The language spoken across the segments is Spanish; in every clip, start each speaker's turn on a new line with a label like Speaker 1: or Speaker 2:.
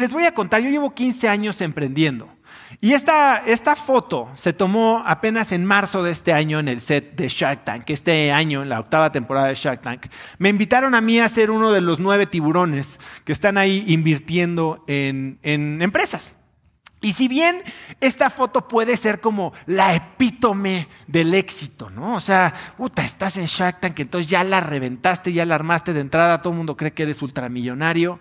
Speaker 1: les voy a contar, yo llevo 15 años emprendiendo. Y esta foto se tomó apenas en marzo de este año en el set de Shark Tank. Este año, en la 8ª temporada de Shark Tank, me invitaron a mí a ser uno de los 9 tiburones que están ahí invirtiendo en empresas. Y si bien esta foto puede ser como la epítome del éxito, ¿no? O sea, estás en Shark Tank, entonces ya la reventaste, ya la armaste de entrada, todo el mundo cree que eres ultramillonario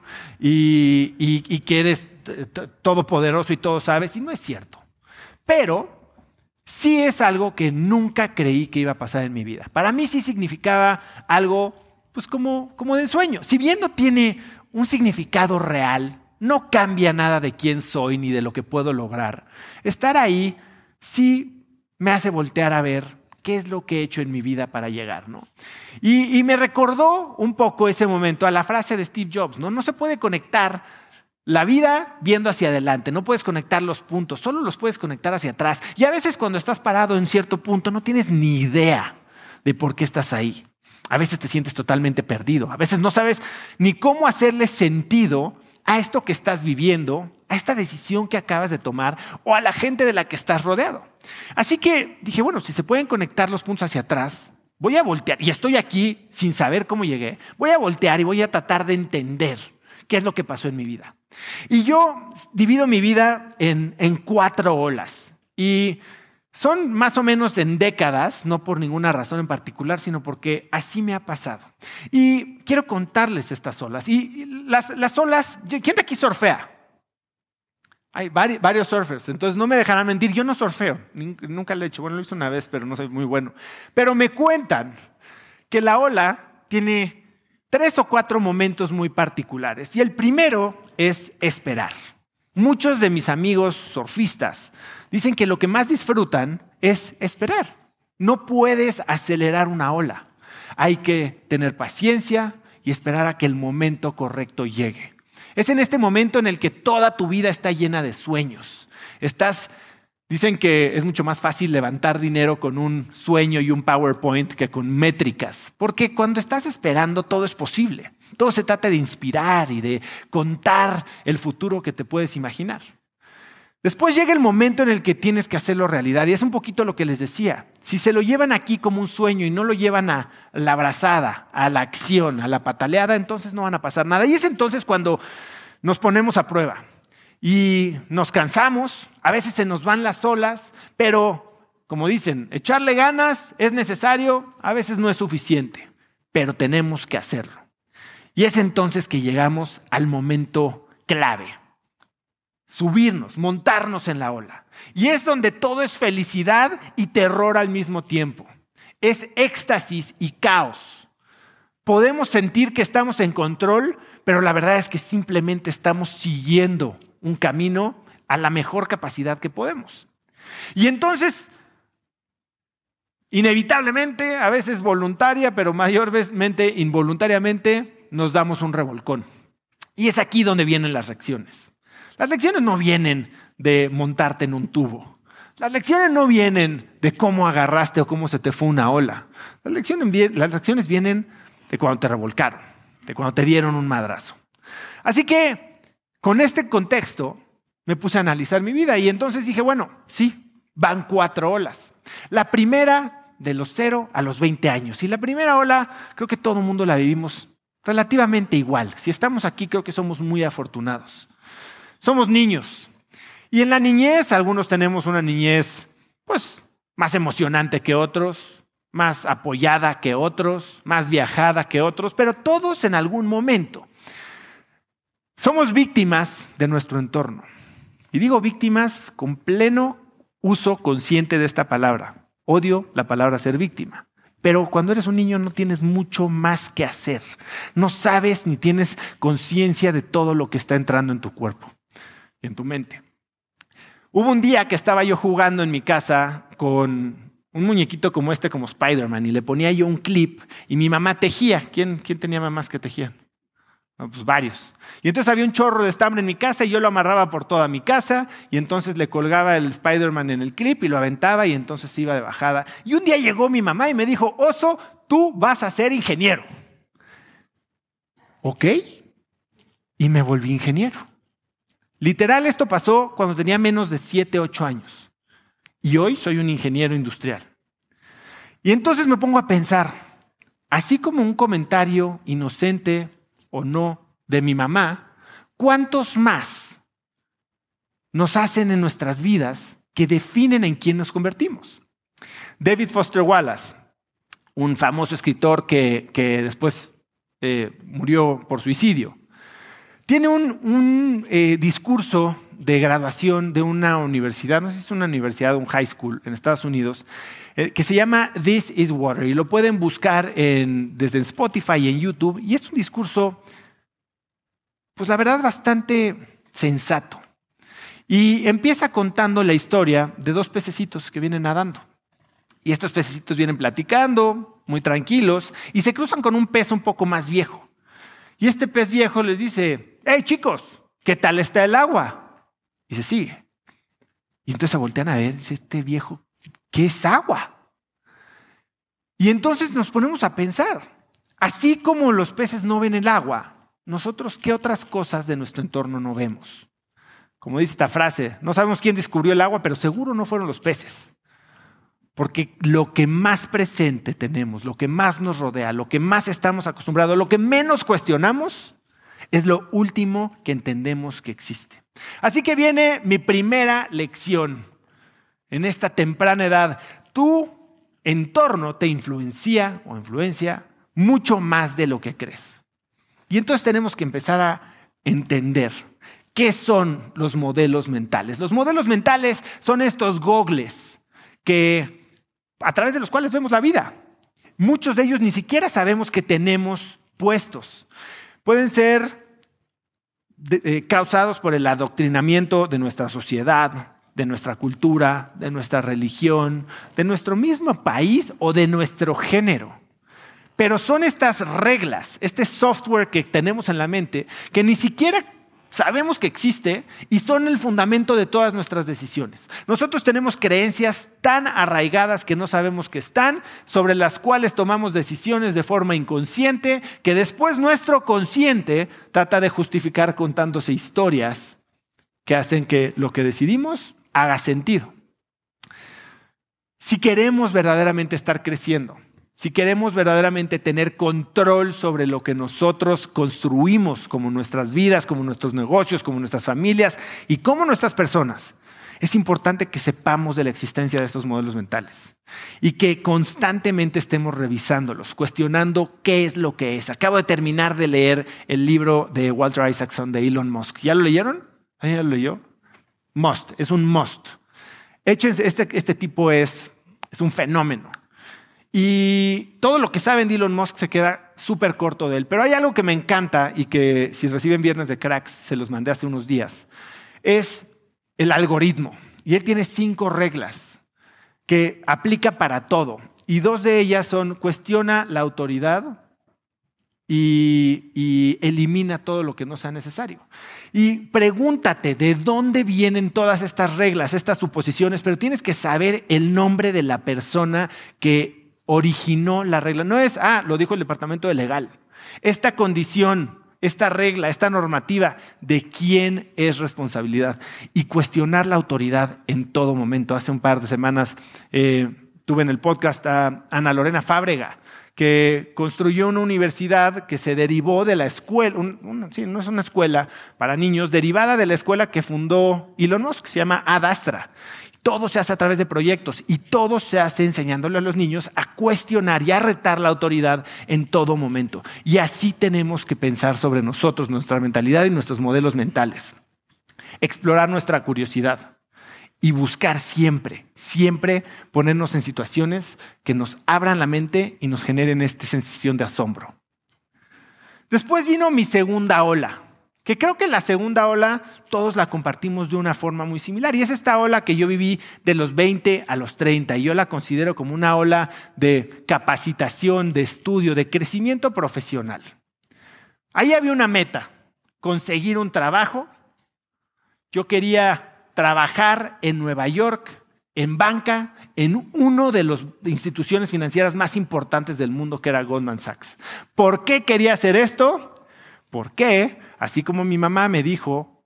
Speaker 1: y que eres todopoderoso y todo sabes, y no es cierto. Pero sí es algo que nunca creí que iba a pasar en mi vida. Para mí sí significaba algo pues como de ensueño. Si bien no tiene un significado real, no cambia nada de quién soy ni de lo que puedo lograr. Estar ahí sí me hace voltear a ver qué es lo que he hecho en mi vida para llegar, ¿no? Y me recordó un poco ese momento a la frase de Steve Jobs, ¿no? No se puede conectar la vida viendo hacia adelante, no puedes conectar los puntos, solo los puedes conectar hacia atrás. Y a veces cuando estás parado en cierto punto no tienes ni idea de por qué estás ahí. A veces te sientes totalmente perdido, a veces no sabes ni cómo hacerle sentido a esto que estás viviendo, a esta decisión que acabas de tomar o a la gente de la que estás rodeado. Así que dije, bueno, si se pueden conectar los puntos hacia atrás, voy a voltear, y estoy aquí sin saber cómo llegué, voy a voltear y voy a tratar de entender qué es lo que pasó en mi vida. Y yo divido mi vida en 4 olas y son más o menos en décadas, no por ninguna razón en particular, sino porque así me ha pasado. Y quiero contarles estas olas. Y las olas, ¿quién de aquí surfea? Hay varios surfers, entonces no me dejarán mentir, yo no surfeo, nunca lo he hecho. Bueno, lo hice una vez, pero no soy muy bueno. Pero me cuentan que la ola tiene 3 o 4 momentos muy particulares. Y el primero es esperar. Muchos de mis amigos surfistas dicen que lo que más disfrutan es esperar. No puedes acelerar una ola. Hay que tener paciencia y esperar a que el momento correcto llegue. Es en este momento en el que toda tu vida está llena de sueños. Dicen que es mucho más fácil levantar dinero con un sueño y un PowerPoint que con métricas. Porque cuando estás esperando todo es posible. Todo se trata de inspirar y de contar el futuro que te puedes imaginar. Después llega el momento en el que tienes que hacerlo realidad. Y es un poquito lo que les decía. Si se lo llevan aquí como un sueño y no lo llevan a la abrazada, a la acción, a la pataleada, entonces no van a pasar nada. Y es entonces cuando nos ponemos a prueba. Y nos cansamos, a veces se nos van las olas, pero como dicen, echarle ganas es necesario, a veces no es suficiente, pero tenemos que hacerlo. Y es entonces que llegamos al momento clave. Subirnos, montarnos en la ola. Y es donde todo es felicidad y terror al mismo tiempo. Es éxtasis y caos. Podemos sentir que estamos en control, pero la verdad es que simplemente estamos siguiendo un camino a la mejor capacidad que podemos. Y entonces, inevitablemente, a veces voluntaria, pero mayormente involuntariamente, nos damos un revolcón. Y es aquí donde vienen las lecciones. Las lecciones no vienen de montarte en un tubo. Las lecciones no vienen de cómo agarraste o cómo se te fue una ola. Las lecciones vienen de cuando te revolcaron, de cuando te dieron un madrazo. Así que, con este contexto, me puse a analizar mi vida y entonces dije, bueno, sí, van 4 olas. La primera de los 0 a los 20 años. Y la primera ola, creo que todo el mundo la vivimos relativamente igual. Si estamos aquí, creo que somos muy afortunados. Somos niños. Y en la niñez, algunos tenemos una niñez pues, más emocionante que otros, más apoyada que otros, más viajada que otros, pero todos en algún momento somos víctimas de nuestro entorno. Y digo víctimas con pleno uso consciente de esta palabra. Odio la palabra ser víctima. Pero cuando eres un niño no tienes mucho más que hacer. No sabes ni tienes conciencia de todo lo que está entrando en tu cuerpo y en tu mente. Hubo un día que estaba yo jugando en mi casa con un muñequito como como Spider-Man, y le ponía yo un clip y mi mamá tejía. ¿Quién tenía mamás que tejían? No, pues varios. Y entonces había un chorro de estambre en mi casa y yo lo amarraba por toda mi casa y entonces le colgaba el Spider-Man en el clip y lo aventaba y entonces iba de bajada. Y un día llegó mi mamá y me dijo, Oso, tú vas a ser ingeniero. ¿Ok? Y me volví ingeniero. Literal, esto pasó cuando tenía menos de 7, 8 años. Y hoy soy un ingeniero industrial. Y entonces me pongo a pensar, así como un comentario inocente o no de mi mamá, ¿cuántos más nos hacen en nuestras vidas que definen en quién nos convertimos? David Foster Wallace, un famoso escritor que después murió por suicidio, tiene un discurso de graduación de una universidad, no sé si es una universidad o un high school en Estados Unidos, que se llama This is Water, y lo pueden buscar desde Spotify y en YouTube, y es un discurso, pues la verdad, bastante sensato. Y empieza contando la historia de 2 pececitos que vienen nadando. Y estos pececitos vienen platicando, muy tranquilos, y se cruzan con un pez un poco más viejo. Y este pez viejo les dice, hey chicos, ¿qué tal está el agua? Y se sigue. Y entonces se voltean a ver, dice este viejo, ¿qué es agua? Y entonces nos ponemos a pensar, así como los peces no ven el agua, nosotros, ¿qué otras cosas de nuestro entorno no vemos? Como dice esta frase, no sabemos quién descubrió el agua, pero seguro no fueron los peces. Porque lo que más presente tenemos, lo que más nos rodea, lo que más estamos acostumbrados, lo que menos cuestionamos, es lo último que entendemos que existe. Así que viene mi primera lección en esta temprana edad. Tu entorno te influencia mucho más de lo que crees. Y entonces tenemos que empezar a entender qué son los modelos mentales. Los modelos mentales son estos gogles a través de los cuales vemos la vida. Muchos de ellos ni siquiera sabemos que tenemos puestos. Pueden ser causados por el adoctrinamiento de nuestra sociedad, de nuestra cultura, de nuestra religión, de nuestro mismo país o de nuestro género. Pero son estas reglas, este software que tenemos en la mente, que ni siquiera sabemos que existe y son el fundamento de todas nuestras decisiones. Nosotros tenemos creencias tan arraigadas que no sabemos que están, sobre las cuales tomamos decisiones de forma inconsciente, que después nuestro consciente trata de justificar contándose historias que hacen que lo que decidimos haga sentido. Si queremos verdaderamente estar creciendo, si queremos verdaderamente tener control sobre lo que nosotros construimos como nuestras vidas, como nuestros negocios, como nuestras familias y como nuestras personas, es importante que sepamos de la existencia de estos modelos mentales y que constantemente estemos revisándolos, cuestionando qué es lo que es. Acabo de terminar de leer el libro de Walter Isaacson de Elon Musk. ¿Ya lo leyeron? ¿Alguien ya lo leyó? Must, es un must. Este tipo es un fenómeno. Y todo lo que saben de Elon Musk se queda súper corto de él. Pero hay algo que me encanta y que si reciben Viernes de Cracks, se los mandé hace unos días, es el algoritmo. Y él tiene 5 reglas que aplica para todo. Y 2 de ellas son: cuestiona la autoridad y elimina todo lo que no sea necesario. Y pregúntate de dónde vienen todas estas reglas, estas suposiciones, pero tienes que saber el nombre de la persona que originó la regla. No es, lo dijo el departamento de legal. Esta condición, esta regla, esta normativa, ¿de quién es responsabilidad? Y cuestionar la autoridad en todo momento. Hace un par de semanas tuve en el podcast a Ana Lorena Fábrega, que construyó una universidad que se derivó de la escuela, no es una escuela para niños, derivada de la escuela que fundó Elon Musk, se llama Ad Astra. Todo se hace a través de proyectos y todo se hace enseñándole a los niños a cuestionar y a retar la autoridad en todo momento. Y así tenemos que pensar sobre nosotros, nuestra mentalidad y nuestros modelos mentales. Explorar nuestra curiosidad y buscar siempre ponernos en situaciones que nos abran la mente y nos generen esta sensación de asombro. Después vino mi segunda ola, que creo que la segunda ola todos la compartimos de una forma muy similar. Y es esta ola que yo viví de los 20 a los 30. Y yo la considero como una ola de capacitación, de estudio, de crecimiento profesional. Ahí había una meta: conseguir un trabajo. Yo quería trabajar en Nueva York, en banca, en una de las instituciones financieras más importantes del mundo, que era Goldman Sachs. ¿Por qué quería hacer esto? Porque así como mi mamá me dijo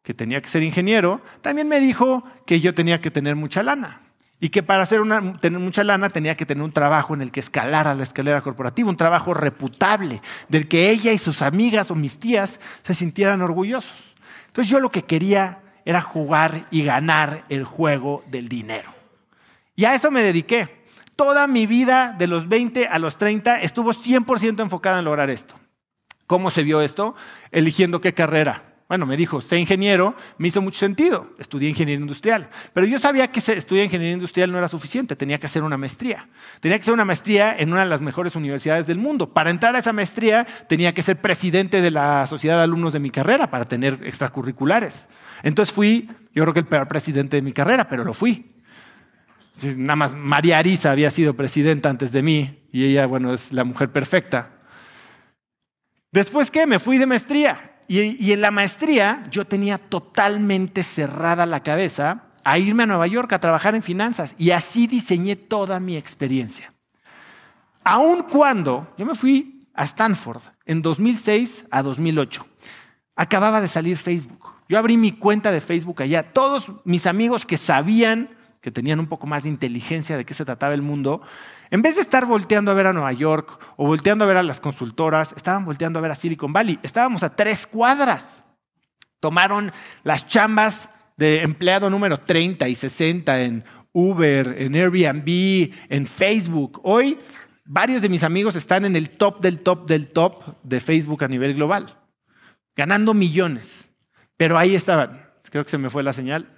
Speaker 1: que tenía que ser ingeniero, también me dijo que yo tenía que tener mucha lana. Y que para tener mucha lana tenía que tener un trabajo en el que escalara la escalera corporativa, un trabajo reputable, del que ella y sus amigas o mis tías se sintieran orgullosos. Entonces yo lo que quería era jugar y ganar el juego del dinero. Y a eso me dediqué. Toda mi vida, de los 20 a los 30, estuvo 100% enfocada en lograr esto. ¿Cómo se vio esto? Eligiendo qué carrera. Bueno, me dijo, sé ingeniero, me hizo mucho sentido. Estudié ingeniería industrial. Pero yo sabía que estudiar ingeniería industrial no era suficiente, tenía que hacer una maestría. Tenía que hacer una maestría en una de las mejores universidades del mundo. Para entrar a esa maestría tenía que ser presidente de la sociedad de alumnos de mi carrera para tener extracurriculares. Entonces fui, yo creo que el peor presidente de mi carrera, pero lo fui. Nada más María Arisa había sido presidenta antes de mí y ella, bueno, es la mujer perfecta. Después, ¿qué? Me fui de maestría. Y en la maestría yo tenía totalmente cerrada la cabeza a irme a Nueva York a trabajar en finanzas. Y así diseñé toda mi experiencia. Aun cuando yo me fui a Stanford en 2006 a 2008. Acababa de salir Facebook. Yo abrí mi cuenta de Facebook allá. Todos mis amigos que sabían, que tenían un poco más de inteligencia de qué se trataba el mundo, en vez de estar volteando a ver a Nueva York o volteando a ver a las consultoras, estaban volteando a ver a Silicon Valley. Estábamos a 3 cuadras. Tomaron las chambas de empleado número 30 y 60 en Uber, en Airbnb, en Facebook. Hoy, varios de mis amigos están en el top del top del top de Facebook a nivel global, ganando millones. Pero ahí estaban. Creo que se me fue la señal.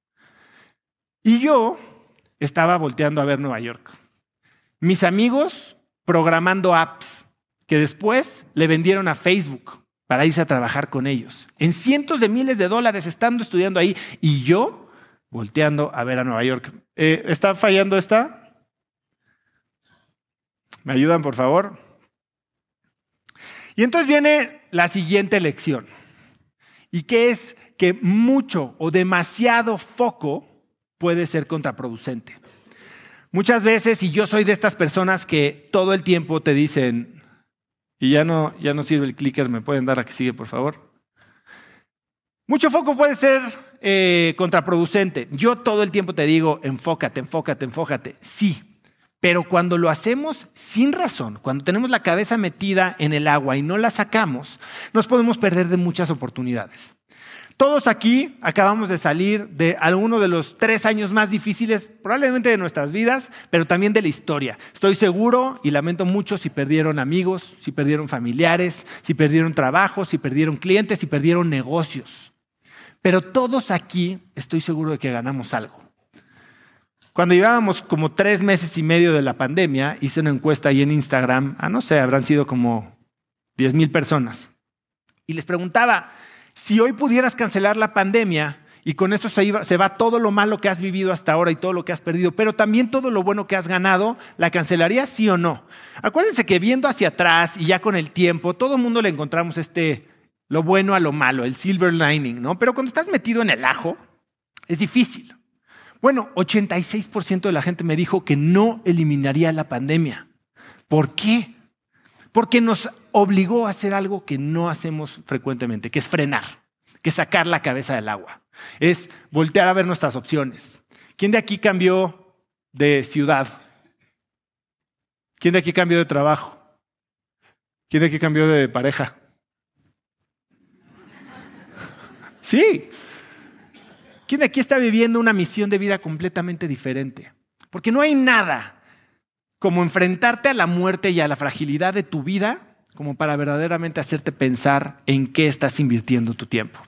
Speaker 1: Y yo estaba volteando a ver Nueva York. Mis amigos programando apps que después le vendieron a Facebook para irse a trabajar con ellos. En cientos de miles de dólares estando estudiando ahí. Y yo volteando a ver a Nueva York. ¿Está fallando esta? ¿Me ayudan, por favor? Y entonces viene la siguiente lección. Y que es que mucho o demasiado foco puede ser contraproducente. Muchas veces, y yo soy de estas personas que todo el tiempo te dicen, y ya no sirve el clicker, ¿me pueden dar a que sigue, por favor? Mucho foco puede ser contraproducente. Yo todo el tiempo te digo, enfócate, enfócate, enfócate. Sí, pero cuando lo hacemos sin razón, cuando tenemos la cabeza metida en el agua y no la sacamos, nos podemos perder de muchas oportunidades. Todos aquí acabamos de salir de alguno de los 3 años más difíciles, probablemente de nuestras vidas, pero también de la historia. Estoy seguro y lamento mucho si perdieron amigos, si perdieron familiares, si perdieron trabajo, si perdieron clientes, si perdieron negocios. Pero todos aquí estoy seguro de que ganamos algo. Cuando llevábamos como 3 meses y medio de la pandemia, hice una encuesta ahí en Instagram, no sé, habrán sido como 10,000 personas. Y les preguntaba, si hoy pudieras cancelar la pandemia y con eso se va todo lo malo que has vivido hasta ahora y todo lo que has perdido, pero también todo lo bueno que has ganado, ¿la cancelarías sí o no? Acuérdense que viendo hacia atrás y ya con el tiempo, todo el mundo le encontramos lo bueno a lo malo, el silver lining, ¿no? Pero cuando estás metido en el ajo, es difícil. Bueno, 86% de la gente me dijo que no eliminaría la pandemia. ¿Por qué? Porque nos obligó a hacer algo que no hacemos frecuentemente, que es frenar, que es sacar la cabeza del agua. Es voltear a ver nuestras opciones. ¿Quién de aquí cambió de ciudad? ¿Quién de aquí cambió de trabajo? ¿Quién de aquí cambió de pareja? Sí. ¿Quién de aquí está viviendo una misión de vida completamente diferente? Porque no hay nada como enfrentarte a la muerte y a la fragilidad de tu vida como para verdaderamente hacerte pensar en qué estás invirtiendo tu tiempo.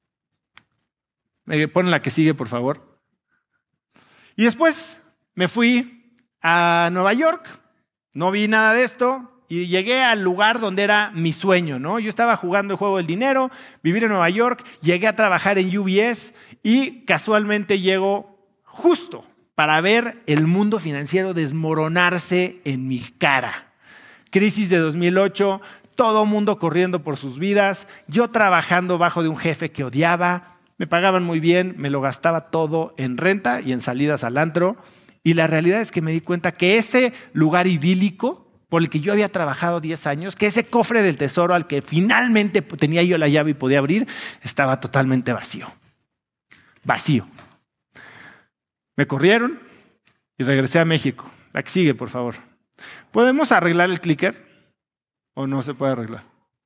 Speaker 1: Pon la que sigue, por favor. Y después me fui a Nueva York, no vi nada de esto y llegué al lugar donde era mi sueño, ¿no? Yo estaba jugando el juego del dinero, vivir en Nueva York, llegué a trabajar en UBS y casualmente llego justo para ver el mundo financiero desmoronarse en mi cara. Crisis de 2008, todo mundo corriendo por sus vidas, yo trabajando bajo de un jefe que odiaba, me pagaban muy bien, me lo gastaba todo en renta y en salidas al antro. Y la realidad es que me di cuenta que ese lugar idílico por el que yo había trabajado 10 años, que ese cofre del tesoro al que finalmente tenía yo la llave y podía abrir, estaba totalmente vacío. Vacío. Me corrieron y regresé a México. La que sigue, por favor. ¿Podemos arreglar el clicker? ¿O no se puede arreglar?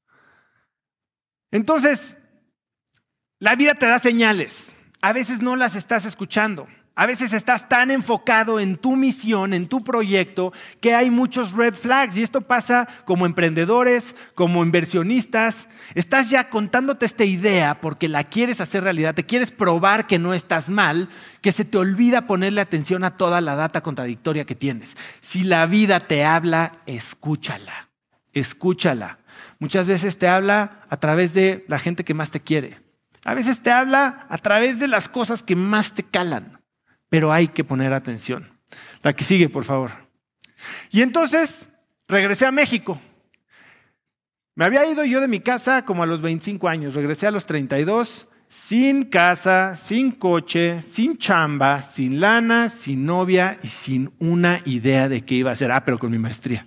Speaker 1: Entonces, la vida te da señales. A veces no las estás escuchando. A veces estás tan enfocado en tu misión, en tu proyecto, que hay muchos red flags. Y esto pasa como emprendedores, como inversionistas. Estás ya contándote esta idea porque la quieres hacer realidad, te quieres probar que no estás mal, que se te olvida ponerle atención a toda la data contradictoria que tienes. Si la vida te habla, escúchala. Escúchala. Muchas veces te habla a través de la gente que más te quiere. A veces te habla a través de las cosas que más te calan. Pero hay que poner atención. La que sigue, por favor. Y entonces regresé a México. Me había ido yo de mi casa como a los 25 años. Regresé a los 32, sin casa, sin coche, sin chamba, sin lana, sin novia y sin una idea de qué iba a hacer. Pero con mi maestría.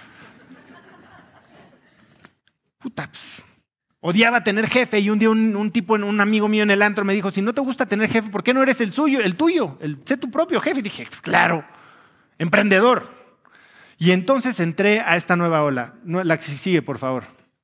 Speaker 1: Puta, pues. Odiaba tener jefe y un día un amigo mío en el antro me dijo, si no te gusta tener jefe, ¿por qué no eres el tuyo? Sé tu propio jefe. Y dije, pues claro, emprendedor. Y entonces entré a esta nueva ola. La que sigue, por favor.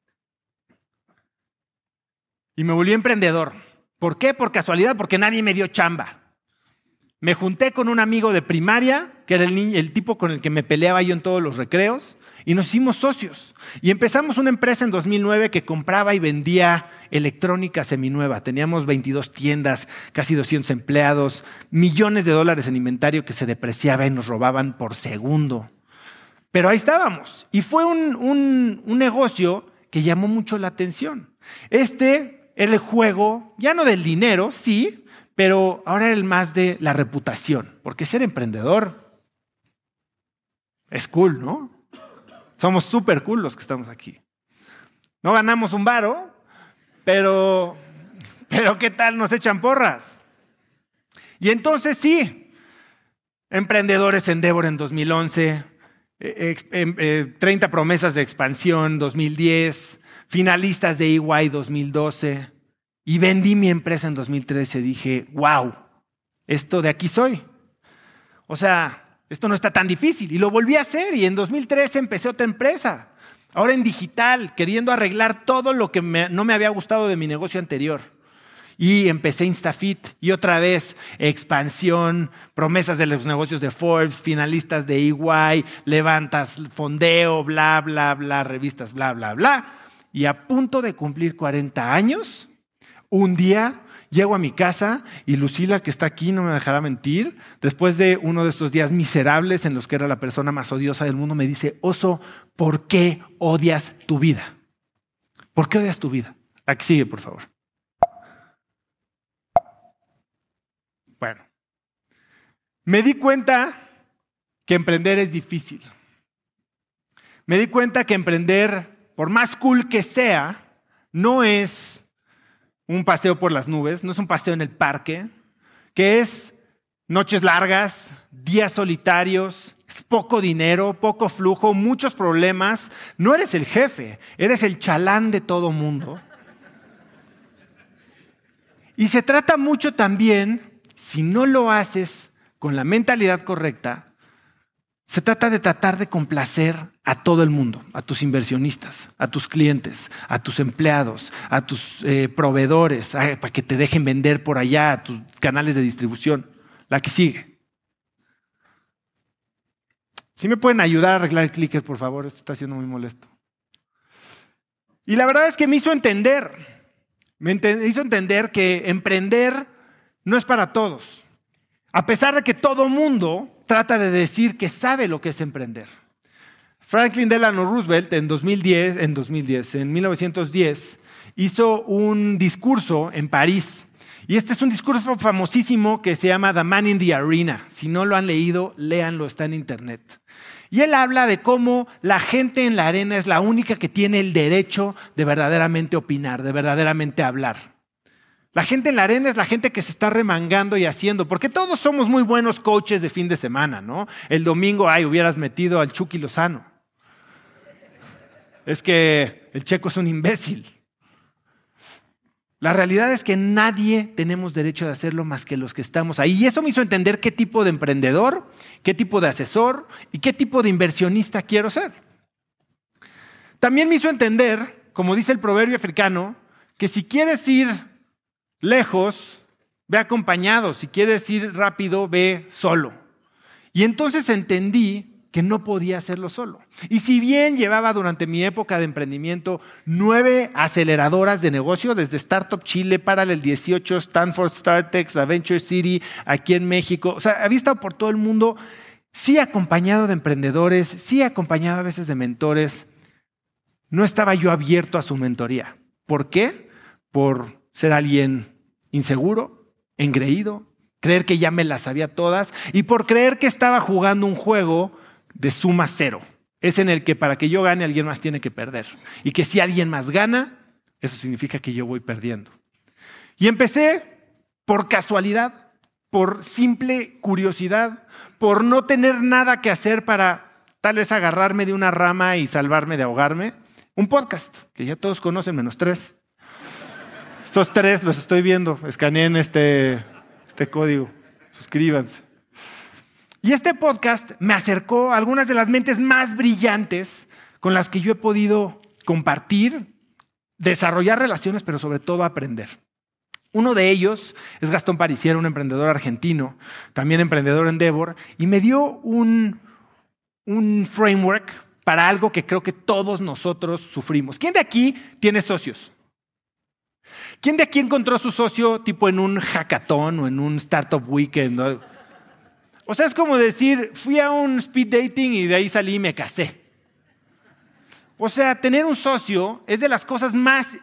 Speaker 1: Y me volví emprendedor. ¿Por qué? Por casualidad, porque nadie me dio chamba. Me junté con un amigo de primaria, que era el tipo con el que me peleaba yo en todos los recreos, y nos hicimos socios. Y empezamos una empresa en 2009 que compraba y vendía electrónica seminueva. Teníamos 22 tiendas, casi 200 empleados, millones de dólares en inventario que se depreciaba y nos robaban por segundo. Pero ahí estábamos. Y fue un negocio que llamó mucho la atención. Era el juego, ya no del dinero, sí, pero ahora era el más de la reputación. Porque ser emprendedor es cool, ¿no? Somos súper cool los que estamos aquí. No ganamos un varo, pero ¿qué tal nos echan porras? Y entonces sí, Emprendedores Endeavor en 2011, 30 promesas de expansión 2010, finalistas de EY 2012, y vendí mi empresa en 2013. Dije, wow, esto de aquí soy. O sea, esto no está tan difícil. Y lo volví a hacer y en 2013 empecé otra empresa. Ahora en digital, queriendo arreglar todo lo que no me había gustado de mi negocio anterior. Y empecé Instafit y otra vez expansión, promesas de los negocios de Forbes, finalistas de EY, levantas fondeo, bla, bla, bla, revistas, bla, bla, bla. Y a punto de cumplir 40 años, un día llego a mi casa y Lucila, que está aquí, no me dejará mentir, después de uno de estos días miserables en los que era la persona más odiosa del mundo, me dice, Oso, ¿por qué odias tu vida? ¿Por qué odias tu vida? Aquí sigue, por favor. Bueno, me di cuenta que emprender es difícil. Me di cuenta que emprender, por más cool que sea, no es un paseo por las nubes, no es un paseo en el parque, que es noches largas, días solitarios, es poco dinero, poco flujo, muchos problemas. No eres el jefe, eres el chalán de todo mundo. Y se trata mucho también, si no lo haces con la mentalidad correcta, se trata de tratar de complacer a todo el mundo, a tus inversionistas, a tus clientes, a tus empleados, a tus proveedores, para que te dejen vender por allá, a tus canales de distribución. La que sigue. ¿Sí me pueden ayudar a arreglar el clicker, por favor? Esto está siendo muy molesto. Y la verdad es que me hizo entender que emprender no es para todos. A pesar de que todo mundo trata de decir que sabe lo que es emprender. Franklin Delano Roosevelt en 1910, hizo un discurso en París. Y este es un discurso famosísimo que se llama The Man in the Arena. Si no lo han leído, léanlo, está en internet. Y él habla de cómo la gente en la arena es la única que tiene el derecho de verdaderamente opinar, de verdaderamente hablar. La gente en la arena es la gente que se está remangando y haciendo, porque todos somos muy buenos coaches de fin de semana, ¿no? El domingo, hubieras metido al Chucky Lozano. es que el Checo es un imbécil. La realidad es que nadie tenemos derecho de hacerlo más que los que estamos ahí. Y eso me hizo entender qué tipo de emprendedor, qué tipo de asesor y qué tipo de inversionista quiero ser. También me hizo entender, como dice el proverbio africano, que si quieres ir lejos, ve acompañado. Si quieres ir rápido, ve solo. Y entonces entendí que no podía hacerlo solo. Y si bien llevaba durante mi época de emprendimiento 9 aceleradoras de negocio, desde Startup Chile, Parallel 18, Stanford Startex, Venture City, aquí en México, o sea, había estado por todo el mundo, sí acompañado de emprendedores, sí acompañado a veces de mentores, no estaba yo abierto a su mentoría. ¿Por qué? Por ser alguien inseguro, engreído, creer que ya me las sabía todas y por creer que estaba jugando un juego de suma cero. Es en el que para que yo gane alguien más tiene que perder. Y que si alguien más gana, eso significa que yo voy perdiendo. Y empecé por casualidad, por simple curiosidad, por no tener nada que hacer para tal vez agarrarme de una rama y salvarme de ahogarme. Un podcast, que ya todos conocen, menos 3. Estos 3 los estoy viendo. Escaneen este código. Suscríbanse. Y este podcast me acercó a algunas de las mentes más brillantes con las que yo he podido compartir, desarrollar relaciones, pero sobre todo aprender. Uno de ellos es Gastón Parisiero, un emprendedor argentino, también emprendedor en Endeavor, y me dio un framework para algo que creo que todos nosotros sufrimos. ¿Quién de aquí tiene socios? ¿Quién de aquí encontró su socio tipo en un hackathon o en un startup weekend? O sea, es como decir, fui a un speed dating y de ahí salí y me casé. O sea, tener un socio es de las cosas más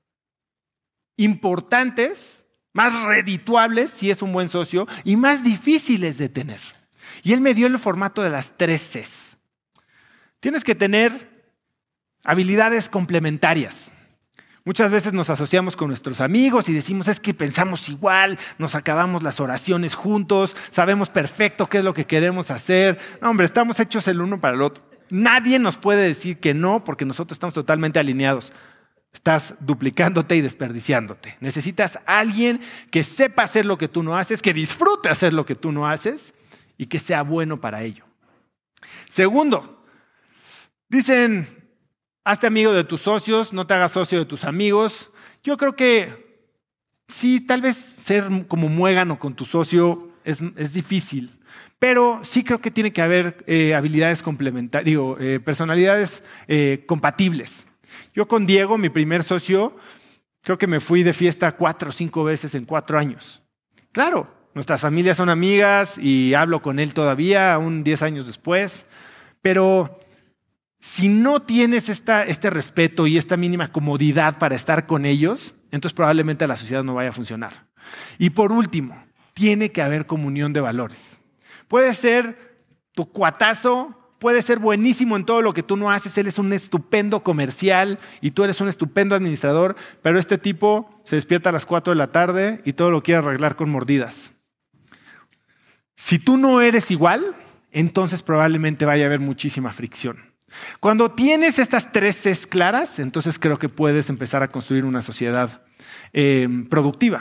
Speaker 1: importantes, más redituables, si es un buen socio, y más difíciles de tener. Y él me dio el formato de las 3 Cs. Tienes que tener habilidades complementarias. Muchas veces nos asociamos con nuestros amigos y decimos, es que pensamos igual, nos acabamos las oraciones juntos, sabemos perfecto qué es lo que queremos hacer. No, hombre, estamos hechos el uno para el otro. Nadie nos puede decir que no, porque nosotros estamos totalmente alineados. Estás duplicándote y desperdiciándote. Necesitas a alguien que sepa hacer lo que tú no haces, que disfrute hacer lo que tú no haces y que sea bueno para ello. Segundo, dicen, hazte amigo de tus socios, no te hagas socio de tus amigos. Yo creo que sí, tal vez ser como muégano con tu socio es difícil, pero sí creo que tiene que haber habilidades complementarias, personalidades compatibles. Yo con Diego, mi primer socio, creo que me fui de fiesta 4 o 5 veces en 4 años. Claro, nuestras familias son amigas y hablo con él todavía, aún 10 años después, pero si no tienes este respeto y esta mínima comodidad para estar con ellos, entonces probablemente la sociedad no vaya a funcionar. Y por último, tiene que haber comunión de valores. Puede ser tu cuatazo, puede ser buenísimo en todo lo que tú no haces, él es un estupendo comercial y tú eres un estupendo administrador, pero este tipo se despierta a las 4 de la tarde y todo lo quiere arreglar con mordidas. Si tú no eres igual, entonces probablemente vaya a haber muchísima fricción. Cuando tienes estas 3 Cs claras, entonces creo que puedes empezar a construir una sociedad productiva.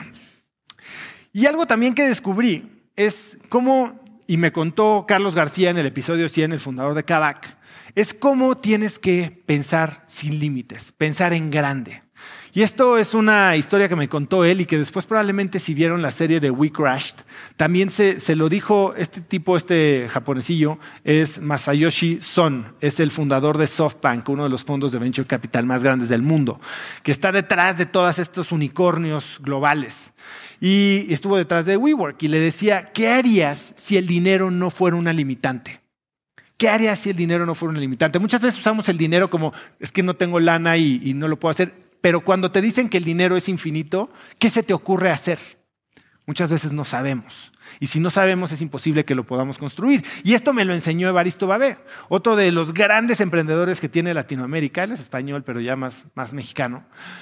Speaker 1: Y algo también que descubrí es cómo, y me contó Carlos García en el episodio 100, el fundador de Kavak, es cómo tienes que pensar sin límites, pensar en grande. Y esto es una historia que me contó él y que después probablemente si vieron la serie de We Crashed, también se lo dijo este japonesillo, es Masayoshi Son, es el fundador de SoftBank, uno de los fondos de venture capital más grandes del mundo, que está detrás de todos estos unicornios globales. Y estuvo detrás de WeWork y le decía, ¿qué harías si el dinero no fuera una limitante? ¿Qué harías si el dinero no fuera una limitante? Muchas veces usamos el dinero como, es que no tengo lana y no lo puedo hacer. Pero cuando te dicen que el dinero es infinito, ¿qué se te ocurre hacer? Muchas veces no sabemos. Y si no sabemos, es imposible que lo podamos construir. Y esto me lo enseñó Evaristo Babé, otro de los grandes emprendedores que tiene Latinoamérica. Él es español, pero ya más mexicano.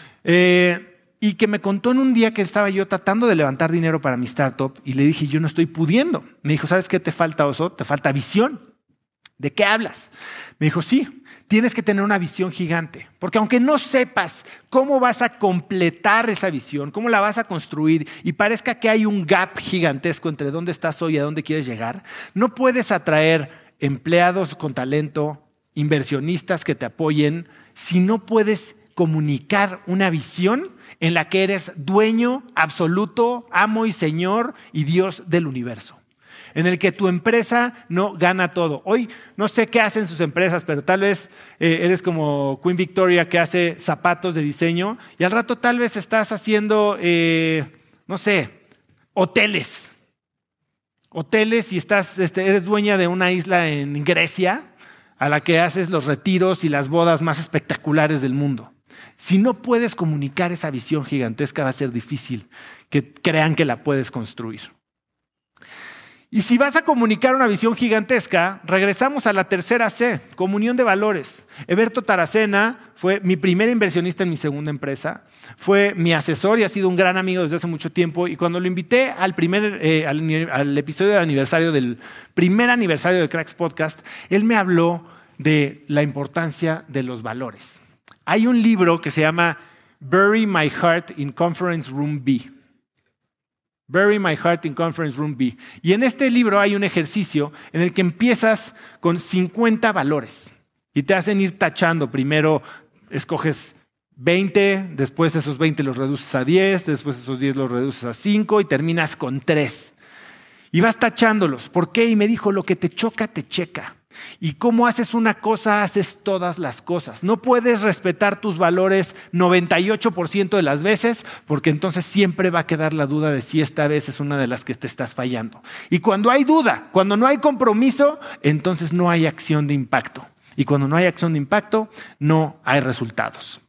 Speaker 1: Y que me contó en un día que estaba yo tratando de levantar dinero para mi startup y le dije, yo no estoy pudiendo. Me dijo, ¿sabes qué te falta, Oso? Te falta visión. ¿De qué hablas? Me dijo, sí, tienes que tener una visión gigante. Porque aunque no sepas cómo vas a completar esa visión, cómo la vas a construir y parezca que hay un gap gigantesco entre dónde estás hoy y a dónde quieres llegar, no puedes atraer empleados con talento, inversionistas que te apoyen, si no puedes comunicar una visión en la que eres dueño absoluto, amo y señor y Dios del universo. En el que tu empresa no gana todo. Hoy no sé qué hacen sus empresas, pero tal vez eres como Queen Victoria que hace zapatos de diseño y al rato tal vez estás haciendo, no sé, hoteles. Hoteles y eres dueña de una isla en Grecia a la que haces los retiros y las bodas más espectaculares del mundo. Si no puedes comunicar esa visión gigantesca, va a ser difícil que crean que la puedes construir. Y si vas a comunicar una visión gigantesca, regresamos a la tercera C, comunión de valores. Eberto Taracena fue mi primer inversionista en mi segunda empresa, fue mi asesor y ha sido un gran amigo desde hace mucho tiempo. Y cuando lo invité al episodio de aniversario del primer aniversario de Cracks Podcast, él me habló de la importancia de los valores. Hay un libro que se llama Bury My Heart in Conference Room B. Bury My Heart in Conference Room B. Y en este libro hay un ejercicio en el que empiezas con 50 valores y te hacen ir tachando. Primero escoges 20, después esos 20 los reduces a 10, después esos 10 los reduces a 5 y terminas con 3. Y vas tachándolos. ¿Por qué? Y me dijo, lo que te choca, te checa. Y cómo haces una cosa, haces todas las cosas. No puedes respetar tus valores 98% de las veces, porque entonces siempre va a quedar la duda de si esta vez es una de las que te estás fallando. Y cuando hay duda, cuando no hay compromiso, entonces no hay acción de impacto. Y cuando no hay acción de impacto, no hay resultados.